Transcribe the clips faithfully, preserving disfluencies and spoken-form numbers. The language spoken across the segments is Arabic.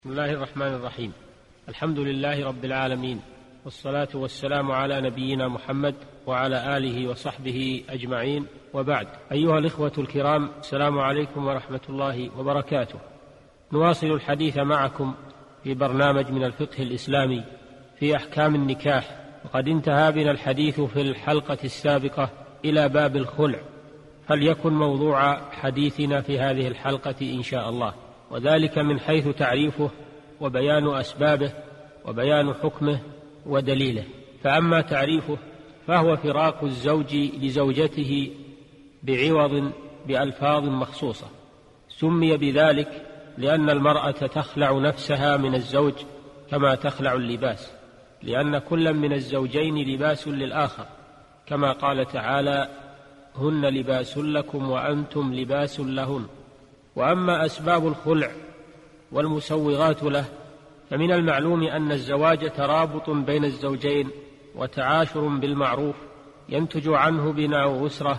بسم الله الرحمن الرحيم. الحمد لله رب العالمين، والصلاة والسلام على نبينا محمد وعلى آله وصحبه أجمعين، وبعد. أيها الإخوة الكرام، السلام عليكم ورحمة الله وبركاته. نواصل الحديث معكم في برنامج من الفقه الإسلامي في أحكام النكاح، وقد انتهى بنا الحديث في الحلقة السابقة إلى باب الخلع، فليكن موضوع حديثنا في هذه الحلقة إن شاء الله، وذلك من حيث تعريفه وبيان أسبابه وبيان حكمه ودليله. فأما تعريفه فهو فراق الزوج لزوجته بعوض بألفاظ مخصوصة، سمي بذلك لأن المرأة تخلع نفسها من الزوج كما تخلع اللباس، لأن كل من الزوجين لباس للآخر، كما قال تعالى: هن لباس لكم وأنتم لباس لهن. وأما أسباب الخلع والمسوغات له، فمن المعلوم أن الزواج ترابط بين الزوجين وتعاشر بالمعروف ينتج عنه بناء أسرة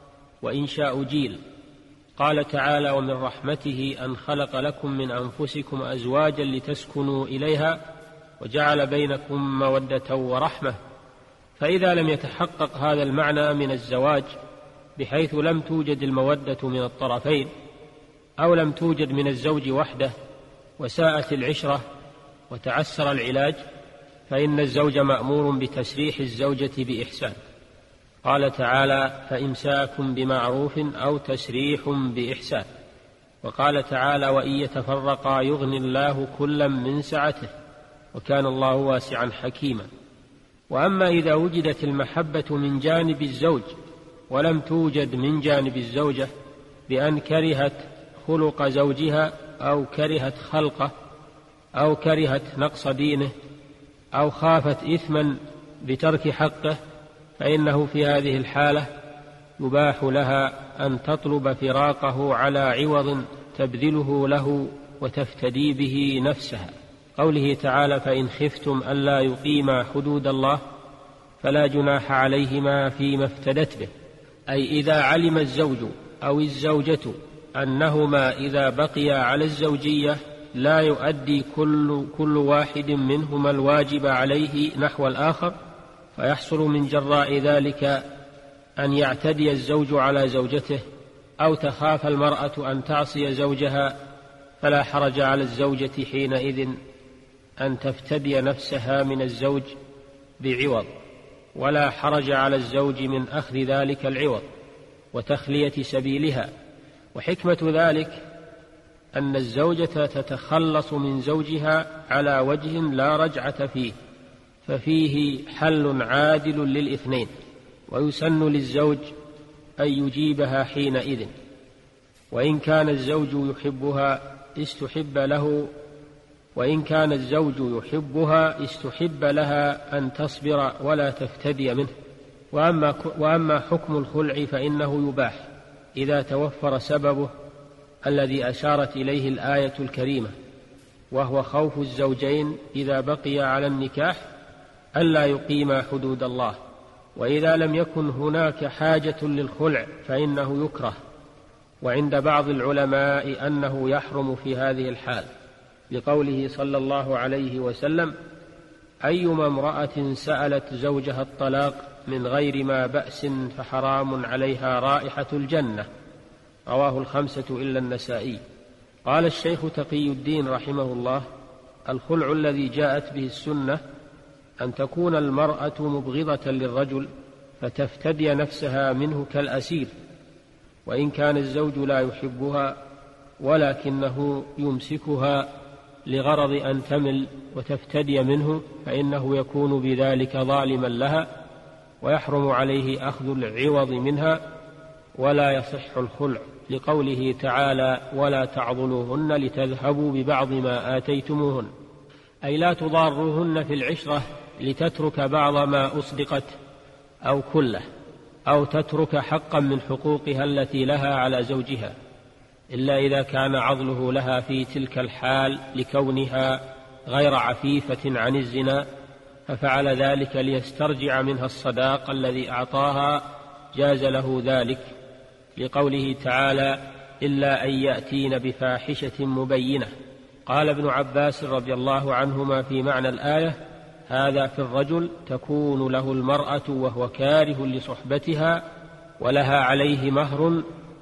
وإنشاء جيل. قال تعالى: ومن رحمته أن خلق لكم من أنفسكم أزواجا لتسكنوا إليها وجعل بينكم مودة ورحمة. فإذا لم يتحقق هذا المعنى من الزواج بحيث لم توجد المودة من الطرفين، أو لم توجد من الزوج وحده وساءت العشرة وتعسر العلاج، فإن الزوج مأمور بتسريح الزوجة بإحسان. قال تعالى: فإمساك بمعروف أو تسريح بإحسان. وقال تعالى: وإن يتفرقا يغني الله كلا من سعته وكان الله واسعا حكيما. وأما إذا وجدت المحبة من جانب الزوج ولم توجد من جانب الزوجة، بأن كرهت خلق زوجها أو كرهت خلقه أو كرهت نقص دينه أو خافت إثما بترك حقه، فإنه في هذه الحالة يباح لها أن تطلب فراقه على عوض تبذله له وتفتدي به نفسها. قوله تعالى: فإن خفتم ألا يقيما حدود الله فلا جناح عليهما فيما افتدت به. أي إذا علم الزوج أو الزوجة أنهما إذا بقيا على الزوجية لا يؤدي كل, كل واحد منهما الواجب عليه نحو الآخر، فيحصل من جراء ذلك أن يعتدي الزوج على زوجته، أو تخاف المرأة أن تعصي زوجها، فلا حرج على الزوجة حينئذ أن تفتدي نفسها من الزوج بعوض، ولا حرج على الزوج من أخذ ذلك العوض وتخلية سبيلها. وحكمة ذلك أن الزوجة تتخلص من زوجها على وجه لا رجعة فيه، ففيه حل عادل للاثنين، ويسن للزوج أن يجيبها حينئذ. وإن كان الزوج يحبها استحب له وإن كان الزوج يحبها استحب لها أن تصبر ولا تفتدي منه. وأما, وأما حكم الخلع فإنه يباح إذا توفر سببه الذي أشارت إليه الآية الكريمة، وهو خوف الزوجين إذا بقي على النكاح ألا يقيما حدود الله. وإذا لم يكن هناك حاجة للخلع فإنه يكره، وعند بعض العلماء أنه يحرم في هذه الحال، لقوله صلى الله عليه وسلم: أيما امرأة سألت زوجها الطلاق من غير ما بأس فحرام عليها رائحة الجنة. رواه الخمسة إلا النسائي. قال الشيخ تقي الدين رحمه الله: الخلع الذي جاءت به السنة أن تكون المرأة مبغضة للرجل فتفتدي نفسها منه كالأسير، وإن كان الزوج لا يحبها ولكنه يمسكها لغرض أن تمل وتفتدي منه، فإنه يكون بذلك ظالما لها، ويحرم عليه أخذ العوض منها، ولا يصح الخلع، لقوله تعالى: ولا تعضلوهن لتذهبوا ببعض ما آتيتموهن، أي لا تضاروهن في العشرة لتترك بعض ما أصدقت أو كله، أو تترك حقا من حقوقها التي لها على زوجها، إلا إذا كان عضله لها في تلك الحال لكونها غير عفيفة عن الزنا، ففعل ذلك ليسترجع منها الصداق الذي أعطاها، جاز له ذلك، لقوله تعالى: إلا أن يأتين بفاحشة مبينة، قال ابن عباس رضي الله عنهما في معنى الآية: هذا في الرجل تكون له المرأة وهو كاره لصحبتها ولها عليه مهر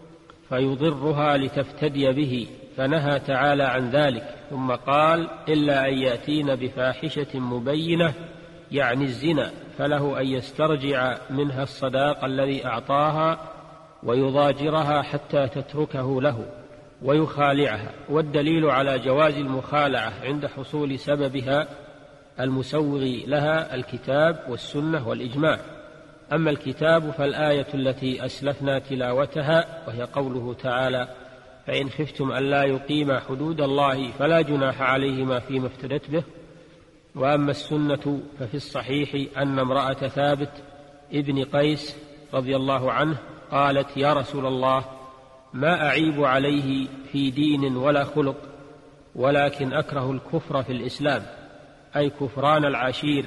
فيضرها لتفتدي به، فنهى تعالى عن ذلك، ثم قال: إلا أن يأتين بفاحشة مبينة، يعني الزنا، فله أن يسترجع منها الصداق الذي أعطاها ويضاجرها حتى تتركه له ويخالعها. والدليل على جواز المخالعة عند حصول سببها المسوغ لها الكتاب والسنة والإجماع. أما الكتاب فالآية التي أسلفنا تلاوتها، وهي قوله تعالى: فإن خفتم ألا يقيما حدود الله فلا جناح عليهما فيما افتدت به. وأما السنة ففي الصحيح أن امرأة ثابت ابن قيس رضي الله عنه قالت: يا رسول الله، ما أعيب عليه في دين ولا خلق، ولكن أكره الكفر في الإسلام، أي كفران العشير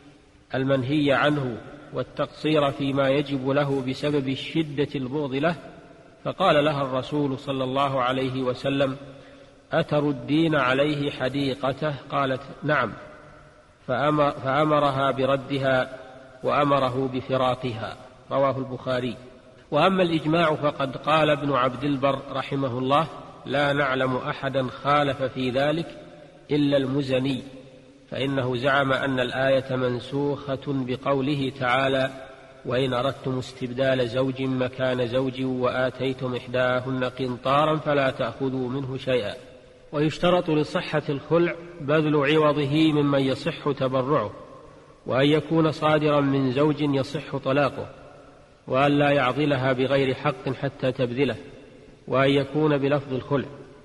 المنهي عنه والتقصير فيما يجب له بسبب شدة البغض له. فقال لها الرسول صلى الله عليه وسلم: أتردين عليه حديقته؟ قالت: نعم. فأمر فأمرها بردها وأمره بفراقها. رواه البخاري. وأما الإجماع فقد قال ابن عبد البر رحمه الله: لا نعلم أحدا خالف في ذلك إلا المزني، فإنه زعم أن الآية منسوخة بقوله تعالى: وإن أردتم استبدال زوج مكان زوج وآتيتم إحداهن قنطارا فلا تأخذوا منه شيئا. ويشترط لصحة الخلع بذل عوضه ممن يصح تبرعه، وأن يكون صادرا من زوج يصح طلاقه، وأن لا يعضلها بغير حق حتى تبذله، وأن يكون بلفظ الخلع.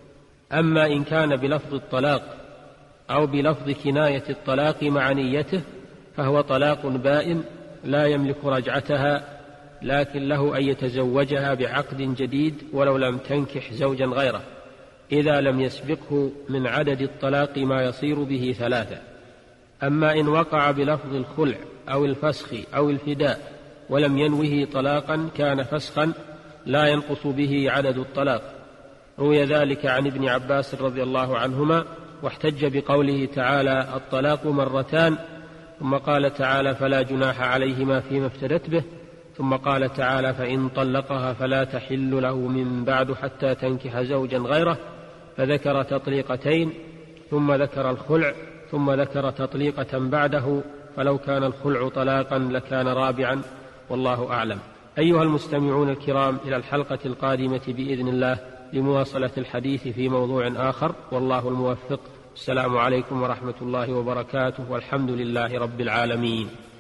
أما إن كان بلفظ الطلاق أو بلفظ كناية الطلاق مع نيته فهو طلاق بائن لا يملك رجعتها، لكن له أن يتزوجها بعقد جديد ولو لم تنكح زوجا غيره، إذا لم يسبقه من عدد الطلاق ما يصير به ثلاثة. أما إن وقع بلفظ الخلع أو الفسخ أو الفداء ولم ينوه طلاقا كان فسخا لا ينقص به عدد الطلاق. روي ذلك عن ابن عباس رضي الله عنهما، واحتج بقوله تعالى: الطلاق مرتان، ثم قال تعالى: فلا جناح عليهما فيما افتدت به، ثم قال تعالى: فإن طلقها فلا تحل له من بعد حتى تنكح زوجا غيره، فذكر تطليقتين، ثم ذكر الخلع، ثم ذكر تطليقة بعده، فلو كان الخلع طلاقا لكان رابعا، والله أعلم. أيها المستمعون الكرام، إلى الحلقة القادمة بإذن الله لمواصلة الحديث في موضوع آخر، والله الموفق. السلام عليكم ورحمة الله وبركاته، والحمد لله رب العالمين.